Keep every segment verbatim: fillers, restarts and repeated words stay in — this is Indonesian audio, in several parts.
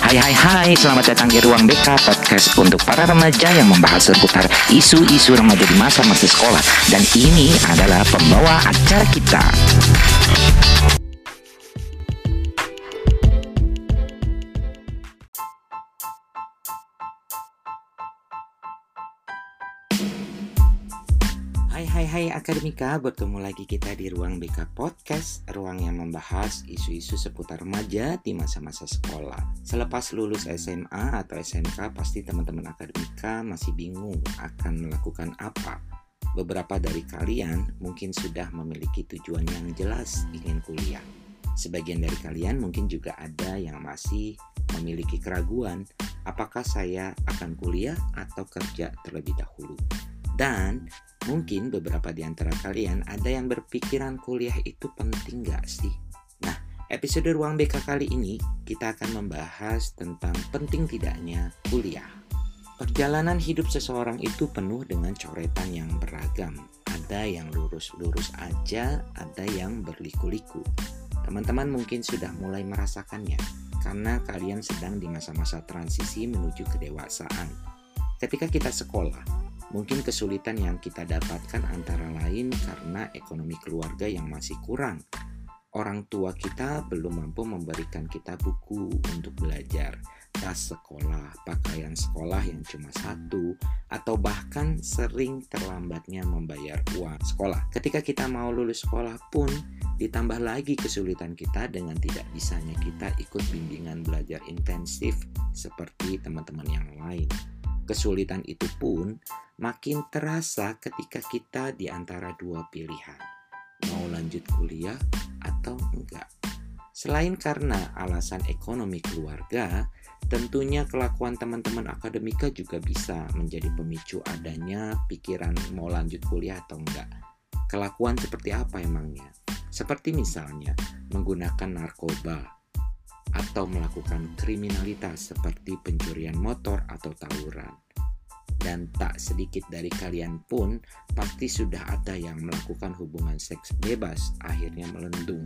Hai hai hai, selamat datang di Ruang B K Podcast untuk para remaja yang membahas seputar isu-isu remaja di masa-masa sekolah. Dan ini adalah pembawa acara kita. Hai hai hai Akademika, bertemu lagi kita di Ruang B K Podcast, ruang yang membahas isu-isu seputar remaja di masa-masa sekolah. Selepas lulus S M A atau S M K, pasti teman-teman Akademika masih bingung akan melakukan apa. Beberapa dari kalian mungkin sudah memiliki tujuan yang jelas ingin kuliah. Sebagian dari kalian mungkin juga ada yang masih memiliki keraguan, apakah saya akan kuliah atau kerja terlebih dahulu. Dan mungkin beberapa di antara kalian ada yang berpikiran kuliah itu penting gak sih? Nah, episode Ruang B K kali ini kita akan membahas tentang penting tidaknya kuliah. Perjalanan hidup seseorang itu penuh dengan coretan yang beragam. Ada yang lurus-lurus aja, ada yang berliku-liku. Teman-teman mungkin sudah mulai merasakannya, karena kalian sedang di masa-masa transisi menuju kedewasaan. Ketika kita sekolah, mungkin kesulitan yang kita dapatkan antara lain karena ekonomi keluarga yang masih kurang. Orang tua kita belum mampu memberikan kita buku untuk belajar, tas sekolah, pakaian sekolah yang cuma satu, atau bahkan sering terlambatnya membayar uang sekolah. Ketika kita mau lulus sekolah pun, ditambah lagi kesulitan kita dengan tidak bisanya kita ikut bimbingan belajar intensif seperti teman-teman yang lain. Kesulitan itu pun makin terasa ketika kita di antara dua pilihan, mau lanjut kuliah atau enggak. Selain karena alasan ekonomi keluarga, tentunya kelakuan teman-teman Akademika juga bisa menjadi pemicu adanya pikiran mau lanjut kuliah atau enggak. Kelakuan seperti apa emangnya? Seperti misalnya menggunakan narkoba, atau melakukan kriminalitas seperti pencurian motor atau tawuran. Dan tak sedikit dari kalian pun pasti sudah ada yang melakukan hubungan seks bebas akhirnya melendung.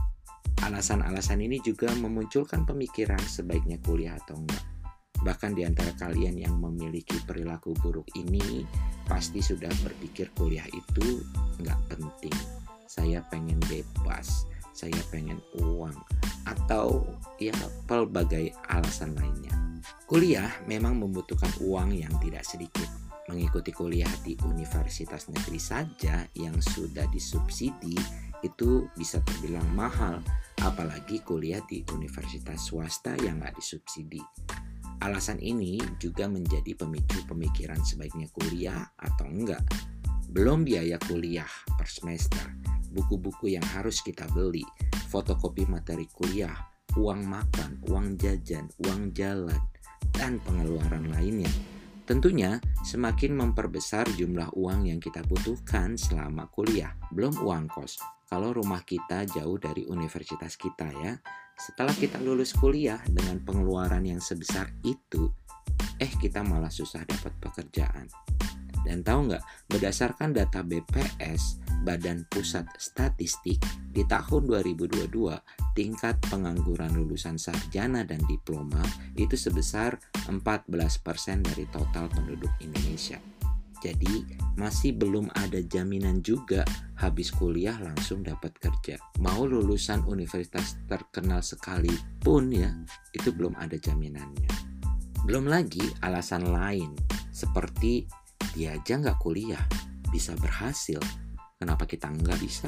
Alasan-alasan ini juga memunculkan pemikiran sebaiknya kuliah atau enggak. Bahkan di antara kalian yang memiliki perilaku buruk ini pasti sudah berpikir kuliah itu enggak penting. Saya pengen bebas, saya pengen uang, atau ya pelbagai alasan lainnya. Kuliah memang membutuhkan uang yang tidak sedikit. Mengikuti kuliah di universitas negeri saja yang sudah disubsidi itu bisa terbilang mahal, apalagi kuliah di universitas swasta yang nggak disubsidi. Alasan ini juga menjadi pemicu pemikiran sebaiknya kuliah atau enggak. Belum biaya kuliah per semester, buku-buku yang harus kita beli, fotokopi materi kuliah, uang makan, uang jajan, uang jalan, dan pengeluaran lainnya. Tentunya semakin memperbesar jumlah uang yang kita butuhkan selama kuliah. Belum uang kos, kalau rumah kita jauh dari universitas kita ya. Setelah kita lulus kuliah dengan pengeluaran yang sebesar itu, eh kita malah susah dapat pekerjaan. Dan tahu nggak, berdasarkan data B P S, Badan Pusat Statistik, di tahun dua ribu dua puluh dua, tingkat pengangguran lulusan sarjana dan diploma itu sebesar empat belas persen dari total penduduk Indonesia. Jadi, masih belum ada jaminan juga habis kuliah langsung dapat kerja. Mau lulusan universitas terkenal sekalipun ya, itu belum ada jaminannya. Belum lagi alasan lain, seperti dia aja nggak kuliah, bisa berhasil. Kenapa kita nggak bisa?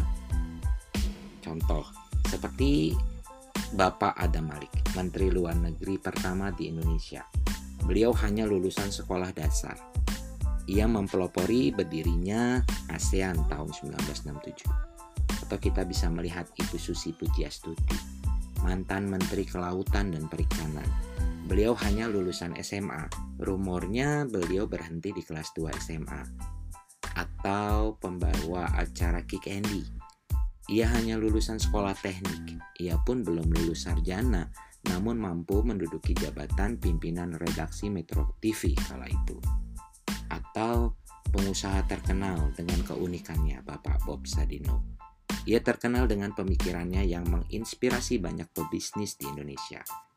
Contoh, seperti Bapak Adam Malik, Menteri Luar Negeri pertama di Indonesia. Beliau hanya lulusan sekolah dasar. Ia mempelopori berdirinya ASEAN tahun seribu sembilan ratus enam puluh tujuh. Atau kita bisa melihat Ibu Susi Pujiastuti, mantan Menteri Kelautan dan Perikanan. Beliau hanya lulusan S M A. Rumornya beliau berhenti di kelas dua S M A. Atau pembawa acara Kick Andy. Ia hanya lulusan sekolah teknik. Ia pun belum lulus sarjana, namun mampu menduduki jabatan pimpinan redaksi Metro T V kala itu. Atau pengusaha terkenal dengan keunikannya, Bapak Bob Sadino. Ia terkenal dengan pemikirannya yang menginspirasi banyak pebisnis di Indonesia.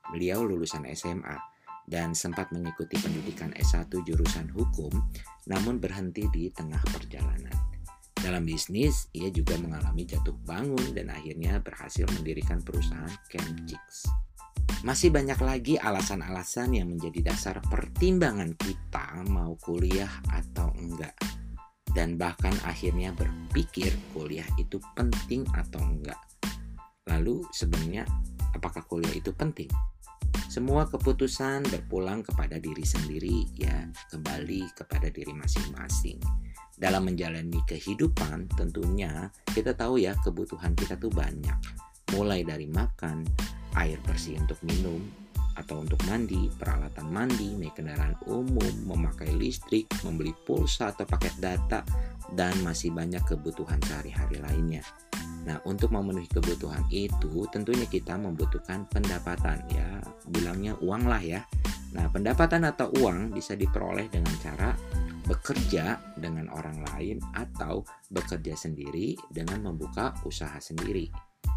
Beliau lulusan S M A dan sempat mengikuti pendidikan S satu jurusan hukum, namun berhenti di tengah perjalanan. Dalam bisnis, ia juga mengalami jatuh bangun dan akhirnya berhasil mendirikan perusahaan Chemchicks. Masih banyak lagi alasan-alasan yang menjadi dasar pertimbangan kita mau kuliah atau enggak. Dan bahkan akhirnya berpikir kuliah itu penting atau enggak. Lalu sebenarnya apakah kuliah itu penting? Semua keputusan berpulang kepada diri sendiri, ya, kembali kepada diri masing-masing. Dalam menjalani kehidupan tentunya kita tahu ya kebutuhan kita tuh banyak. Mulai dari makan, air bersih untuk minum atau untuk mandi, peralatan mandi, naik kendaraan umum, memakai listrik, membeli pulsa atau paket data, dan masih banyak kebutuhan sehari-hari lainnya. Nah, untuk memenuhi kebutuhan itu tentunya kita membutuhkan pendapatan, ya, bilangnya uang lah ya. Nah, pendapatan atau uang bisa diperoleh dengan cara bekerja dengan orang lain atau bekerja sendiri dengan membuka usaha sendiri.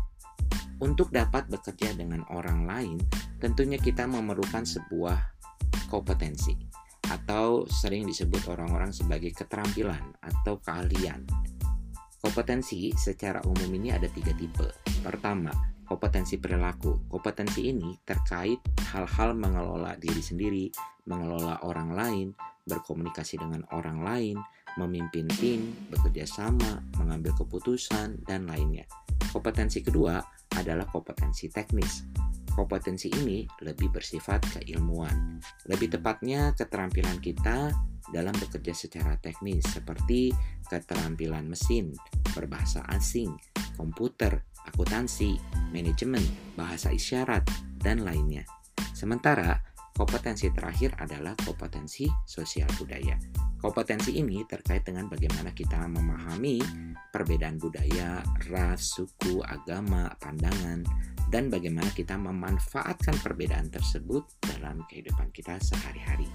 Untuk dapat bekerja dengan orang lain, tentunya kita memerlukan sebuah kompetensi atau sering disebut orang-orang sebagai keterampilan atau keahlian. Kompetensi secara umum ini ada tiga tipe. Pertama, kompetensi perilaku. Kompetensi ini terkait hal-hal mengelola diri sendiri, mengelola orang lain, berkomunikasi dengan orang lain, memimpin tim, bekerja sama, mengambil keputusan, dan lainnya. Kompetensi kedua adalah kompetensi teknis. Kompetensi ini lebih bersifat keilmuan. Lebih tepatnya keterampilan kita dalam bekerja secara teknis seperti keterampilan mesin, berbahasa asing, komputer, akuntansi, manajemen, bahasa isyarat, dan lainnya. Sementara kompetensi terakhir adalah kompetensi sosial budaya. Kompetensi ini terkait dengan bagaimana kita memahami perbedaan budaya, ras, suku, agama, pandangan, dan bagaimana kita memanfaatkan perbedaan tersebut dalam kehidupan kita sehari-hari.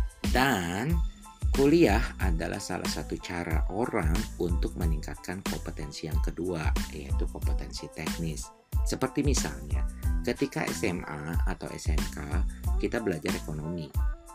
Dan kuliah adalah salah satu cara orang untuk meningkatkan kompetensi yang kedua, yaitu kompetensi teknis. Seperti misalnya, ketika S M A atau S M K, kita belajar ekonomi.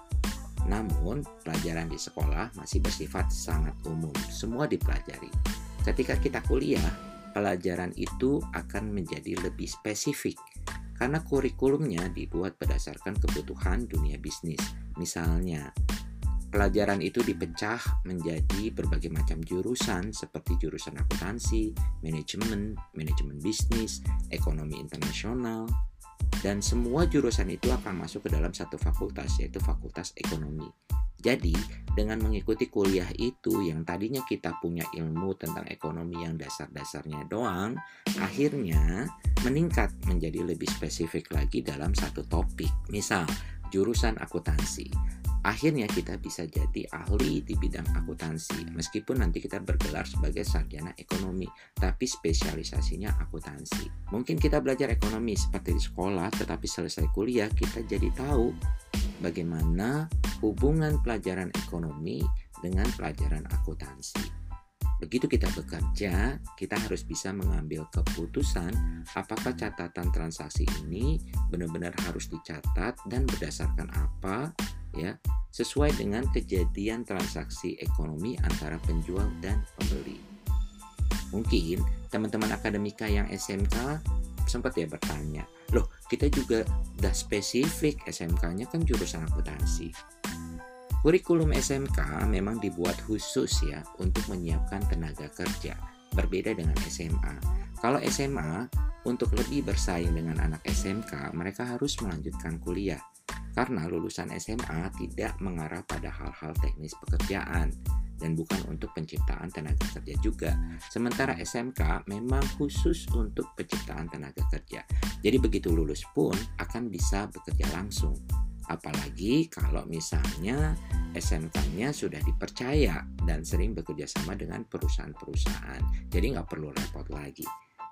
Namun, pelajaran di sekolah masih bersifat sangat umum, semua dipelajari. Ketika kita kuliah, pelajaran itu akan menjadi lebih spesifik, karena kurikulumnya dibuat berdasarkan kebutuhan dunia bisnis. Misalnya, pelajaran itu dipecah menjadi berbagai macam jurusan seperti jurusan akuntansi, manajemen, manajemen bisnis, ekonomi internasional, dan semua jurusan itu akan masuk ke dalam satu fakultas, yaitu fakultas ekonomi. Jadi, dengan mengikuti kuliah itu yang tadinya kita punya ilmu tentang ekonomi yang dasar-dasarnya doang, akhirnya meningkat menjadi lebih spesifik lagi dalam satu topik. Misal, jurusan akuntansi. Akhirnya kita bisa jadi ahli di bidang akuntansi, meskipun nanti kita bergelar sebagai sarjana ekonomi, tapi spesialisasinya akuntansi. Mungkin kita belajar ekonomi seperti di sekolah, tetapi selesai kuliah kita jadi tahu bagaimana hubungan pelajaran ekonomi dengan pelajaran akuntansi. Begitu kita bekerja, kita harus bisa mengambil keputusan apakah catatan transaksi ini benar-benar harus dicatat dan berdasarkan apa, ya, sesuai dengan kejadian transaksi ekonomi antara penjual dan pembeli. Mungkin teman-teman akademika yang S M K sempat ya bertanya, loh kita juga udah spesifik S M K-nya kan jurusan akuntansi. Kurikulum S M K memang dibuat khusus ya untuk menyiapkan tenaga kerja, berbeda dengan S M A. Kalau S M A, untuk lebih bersaing dengan anak S M K, mereka harus melanjutkan kuliah. Karena lulusan S M A tidak mengarah pada hal-hal teknis pekerjaan dan bukan untuk penciptaan tenaga kerja juga. Sementara S M K memang khusus untuk penciptaan tenaga kerja. Jadi begitu lulus pun akan bisa bekerja langsung. Apalagi kalau misalnya S M K-nya sudah dipercaya dan sering bekerja sama dengan perusahaan-perusahaan. Jadi nggak perlu repot lagi.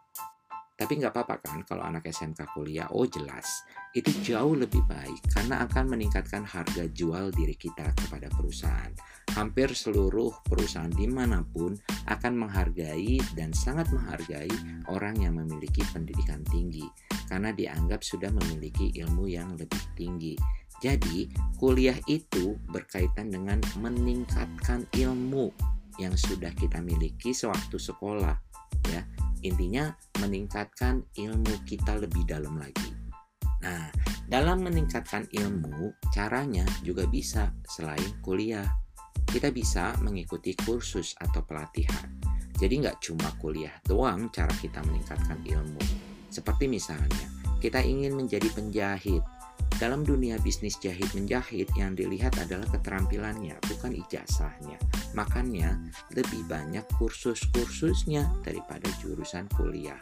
Tapi nggak apa-apa kan kalau anak S M K kuliah, oh jelas. Itu jauh lebih baik karena akan meningkatkan harga jual diri kita kepada perusahaan. Hampir seluruh perusahaan dimanapun akan menghargai dan sangat menghargai orang yang memiliki pendidikan tinggi. karena dianggap sudah memiliki ilmu yang lebih tinggi. Jadi, kuliah itu berkaitan dengan meningkatkan ilmu yang sudah kita miliki sewaktu sekolah, ya. Intinya meningkatkan ilmu kita lebih dalam lagi. Nah, dalam meningkatkan ilmu, caranya juga bisa selain kuliah. Kita bisa mengikuti kursus atau pelatihan. Jadi nggak cuma kuliah doang cara kita meningkatkan ilmu. Seperti misalnya, kita ingin menjadi penjahit. Dalam dunia bisnis jahit menjahit yang dilihat adalah keterampilannya, bukan ijazahnya. Makanya lebih banyak kursus-kursusnya daripada jurusan kuliah.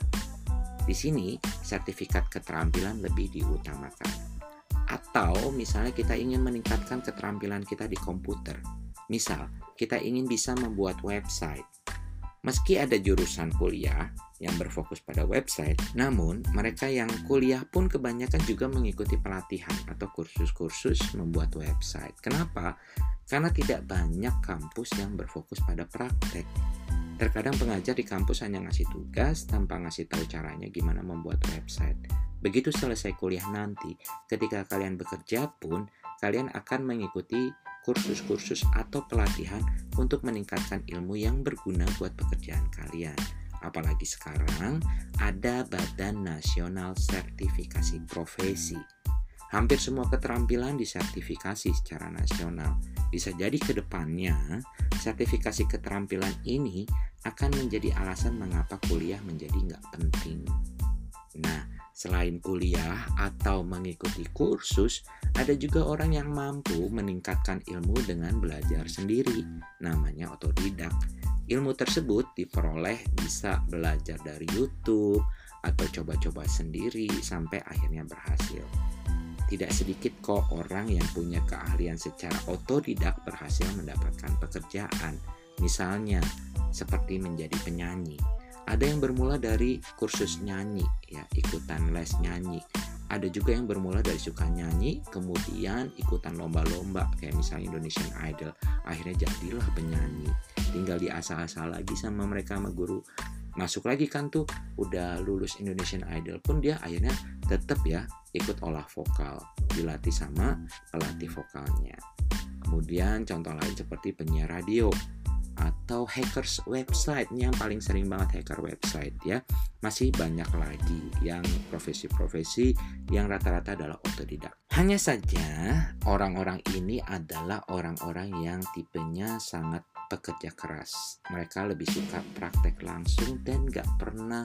Di sini sertifikat keterampilan lebih diutamakan. Atau misalnya kita ingin meningkatkan keterampilan kita di komputer. Misal, kita ingin bisa membuat website. Meski ada jurusan kuliah yang berfokus pada website, namun mereka yang kuliah pun kebanyakan juga mengikuti pelatihan atau kursus-kursus membuat website. Kenapa? Karena tidak banyak kampus yang berfokus pada praktek. Terkadang pengajar di kampus hanya ngasih tugas tanpa ngasih tahu caranya gimana membuat website. Begitu selesai kuliah nanti, ketika kalian bekerja pun, kalian akan mengikuti kursus-kursus atau pelatihan untuk meningkatkan ilmu yang berguna buat pekerjaan kalian. Apalagi sekarang ada Badan Nasional Sertifikasi Profesi. Hampir semua keterampilan disertifikasi secara nasional. Bisa jadi ke depannya, sertifikasi keterampilan ini akan menjadi alasan mengapa kuliah menjadi nggak penting. Nah, selain kuliah atau mengikuti kursus, ada juga orang yang mampu meningkatkan ilmu dengan belajar sendiri, namanya otodidak. Ilmu tersebut diperoleh bisa belajar dari YouTube atau coba-coba sendiri sampai akhirnya berhasil. Tidak sedikit kok orang yang punya keahlian secara otodidak berhasil mendapatkan pekerjaan. Misalnya, seperti menjadi penyanyi. Ada yang bermula dari kursus nyanyi, ya, ikutan les nyanyi. Ada juga yang bermula dari suka nyanyi, kemudian ikutan lomba-lomba, kayak misalnya Indonesian Idol. Akhirnya jadilah penyanyi. Tinggal diasah-asah lagi sama mereka, sama guru. Masuk lagi kan tuh, udah lulus Indonesian Idol pun dia akhirnya tetap ya ikut olah vokal, dilatih sama pelatih vokalnya. Kemudian contoh lain seperti penyiar radio atau hackers website. Ini yang paling sering banget hacker website ya. Masih banyak lagi yang profesi-profesi yang rata-rata adalah otodidak. Hanya saja orang-orang ini adalah orang-orang yang tipenya sangat pekerja keras. Mereka lebih suka praktek langsung dan gak pernah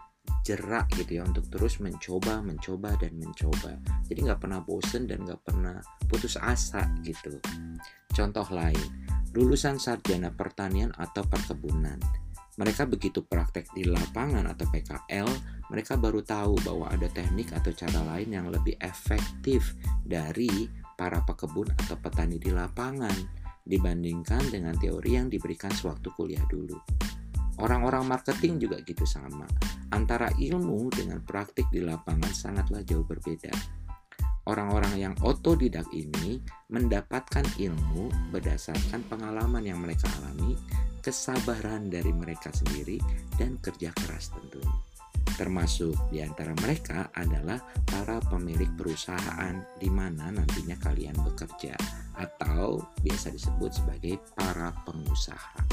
jerak gitu ya untuk terus mencoba, mencoba dan mencoba. Jadi gak pernah bosen dan gak pernah putus asa gitu. Contoh lain, lulusan sarjana pertanian atau perkebunan. Mereka begitu praktek di lapangan atau P K L, mereka baru tahu bahwa ada teknik atau cara lain yang lebih efektif dari para pekebun atau petani di lapangan dibandingkan dengan teori yang diberikan sewaktu kuliah dulu. Orang-orang marketing juga gitu sama. Antara ilmu dengan praktik di lapangan sangatlah jauh berbeda. Orang-orang yang otodidak ini mendapatkan ilmu berdasarkan pengalaman yang mereka alami, kesabaran dari mereka sendiri, dan kerja keras tentunya. Termasuk di antara mereka adalah para pemilik perusahaan di mana nantinya kalian bekerja, atau biasa disebut sebagai para pengusaha.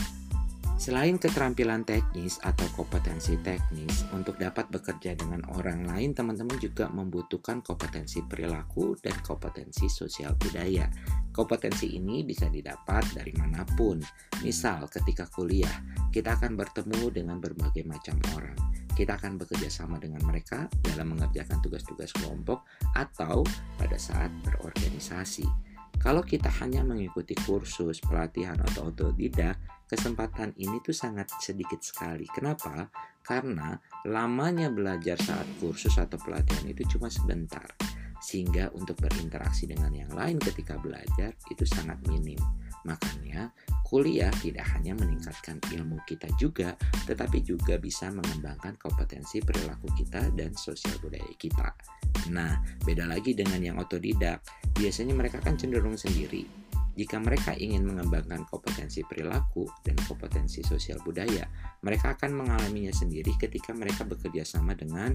Selain keterampilan teknis atau kompetensi teknis, untuk dapat bekerja dengan orang lain, teman-teman juga membutuhkan kompetensi perilaku dan kompetensi sosial budaya. Kompetensi ini bisa didapat dari manapun. Misal ketika kuliah, kita akan bertemu dengan berbagai macam orang. Kita akan bekerja sama dengan mereka dalam mengerjakan tugas-tugas kelompok atau pada saat berorganisasi. Kalau kita hanya mengikuti kursus, pelatihan, atau otodidak, kesempatan ini tuh sangat sedikit sekali. Kenapa? Karena lamanya belajar saat kursus atau pelatihan itu cuma sebentar. Sehingga untuk berinteraksi dengan yang lain ketika belajar itu sangat minim. Makanya kuliah tidak hanya meningkatkan ilmu kita juga, tetapi juga bisa mengembangkan kompetensi perilaku kita dan sosial budaya kita. Nah, beda lagi dengan yang otodidak. Biasanya mereka kan cenderung sendiri. Jika mereka ingin mengembangkan kompetensi perilaku dan kompetensi sosial budaya, mereka akan mengalaminya sendiri ketika mereka bekerja sama dengan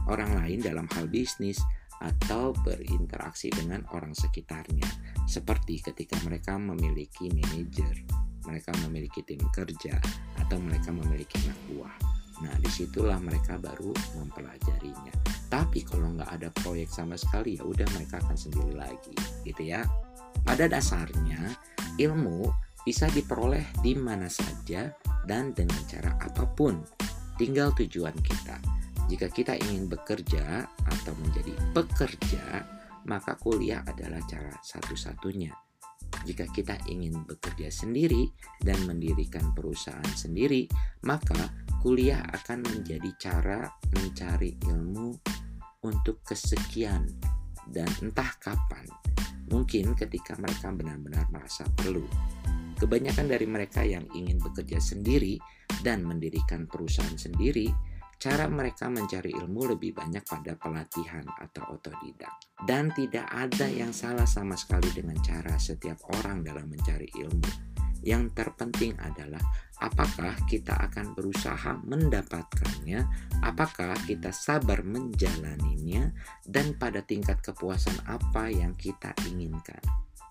orang lain dalam hal bisnis atau berinteraksi dengan orang sekitarnya. Seperti ketika mereka memiliki manajer, mereka memiliki tim kerja, atau mereka memiliki anak buah. Nah, disitulah mereka baru mempelajarinya. Tapi kalau nggak ada proyek sama sekali, ya udah mereka akan sendiri lagi, gitu ya. Pada dasarnya, ilmu bisa diperoleh di mana saja dan dengan cara apapun. Tinggal tujuan kita. Jika kita ingin bekerja atau menjadi pekerja, maka kuliah adalah cara satu-satunya. Jika kita ingin bekerja sendiri dan mendirikan perusahaan sendiri, maka kuliah akan menjadi cara mencari ilmu untuk kesekian dan entah kapan. Mungkin ketika mereka benar-benar merasa perlu. Kebanyakan dari mereka yang ingin bekerja sendiri dan mendirikan perusahaan sendiri, cara mereka mencari ilmu lebih banyak pada pelatihan atau otodidak. Dan tidak ada yang salah sama sekali dengan cara setiap orang dalam mencari ilmu. Yang terpenting adalah apakah kita akan berusaha mendapatkannya, apakah kita sabar menjalaninya, dan pada tingkat kepuasan apa yang kita inginkan.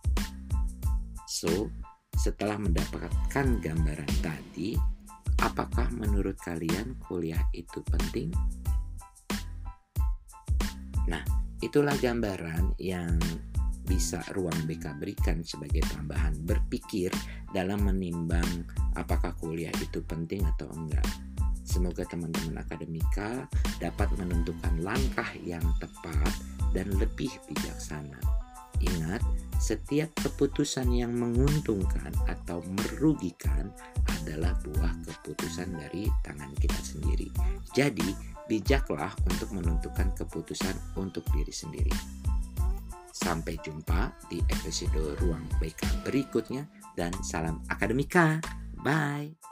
So, setelah mendapatkan gambaran tadi, apakah menurut kalian kuliah itu penting? Nah, itulah gambaran yang bisa Ruang B K berikan sebagai tambahan berpikir dalam menimbang apakah kuliah itu penting atau enggak. Semoga teman-teman akademika dapat menentukan langkah yang tepat dan lebih bijaksana. Ingat, setiap keputusan yang menguntungkan atau merugikan adalah buah keputusan dari tangan kita sendiri. Jadi, bijaklah untuk menentukan keputusan untuk diri sendiri. Sampai jumpa di episode Ruang B K berikutnya dan salam akademika. Bye.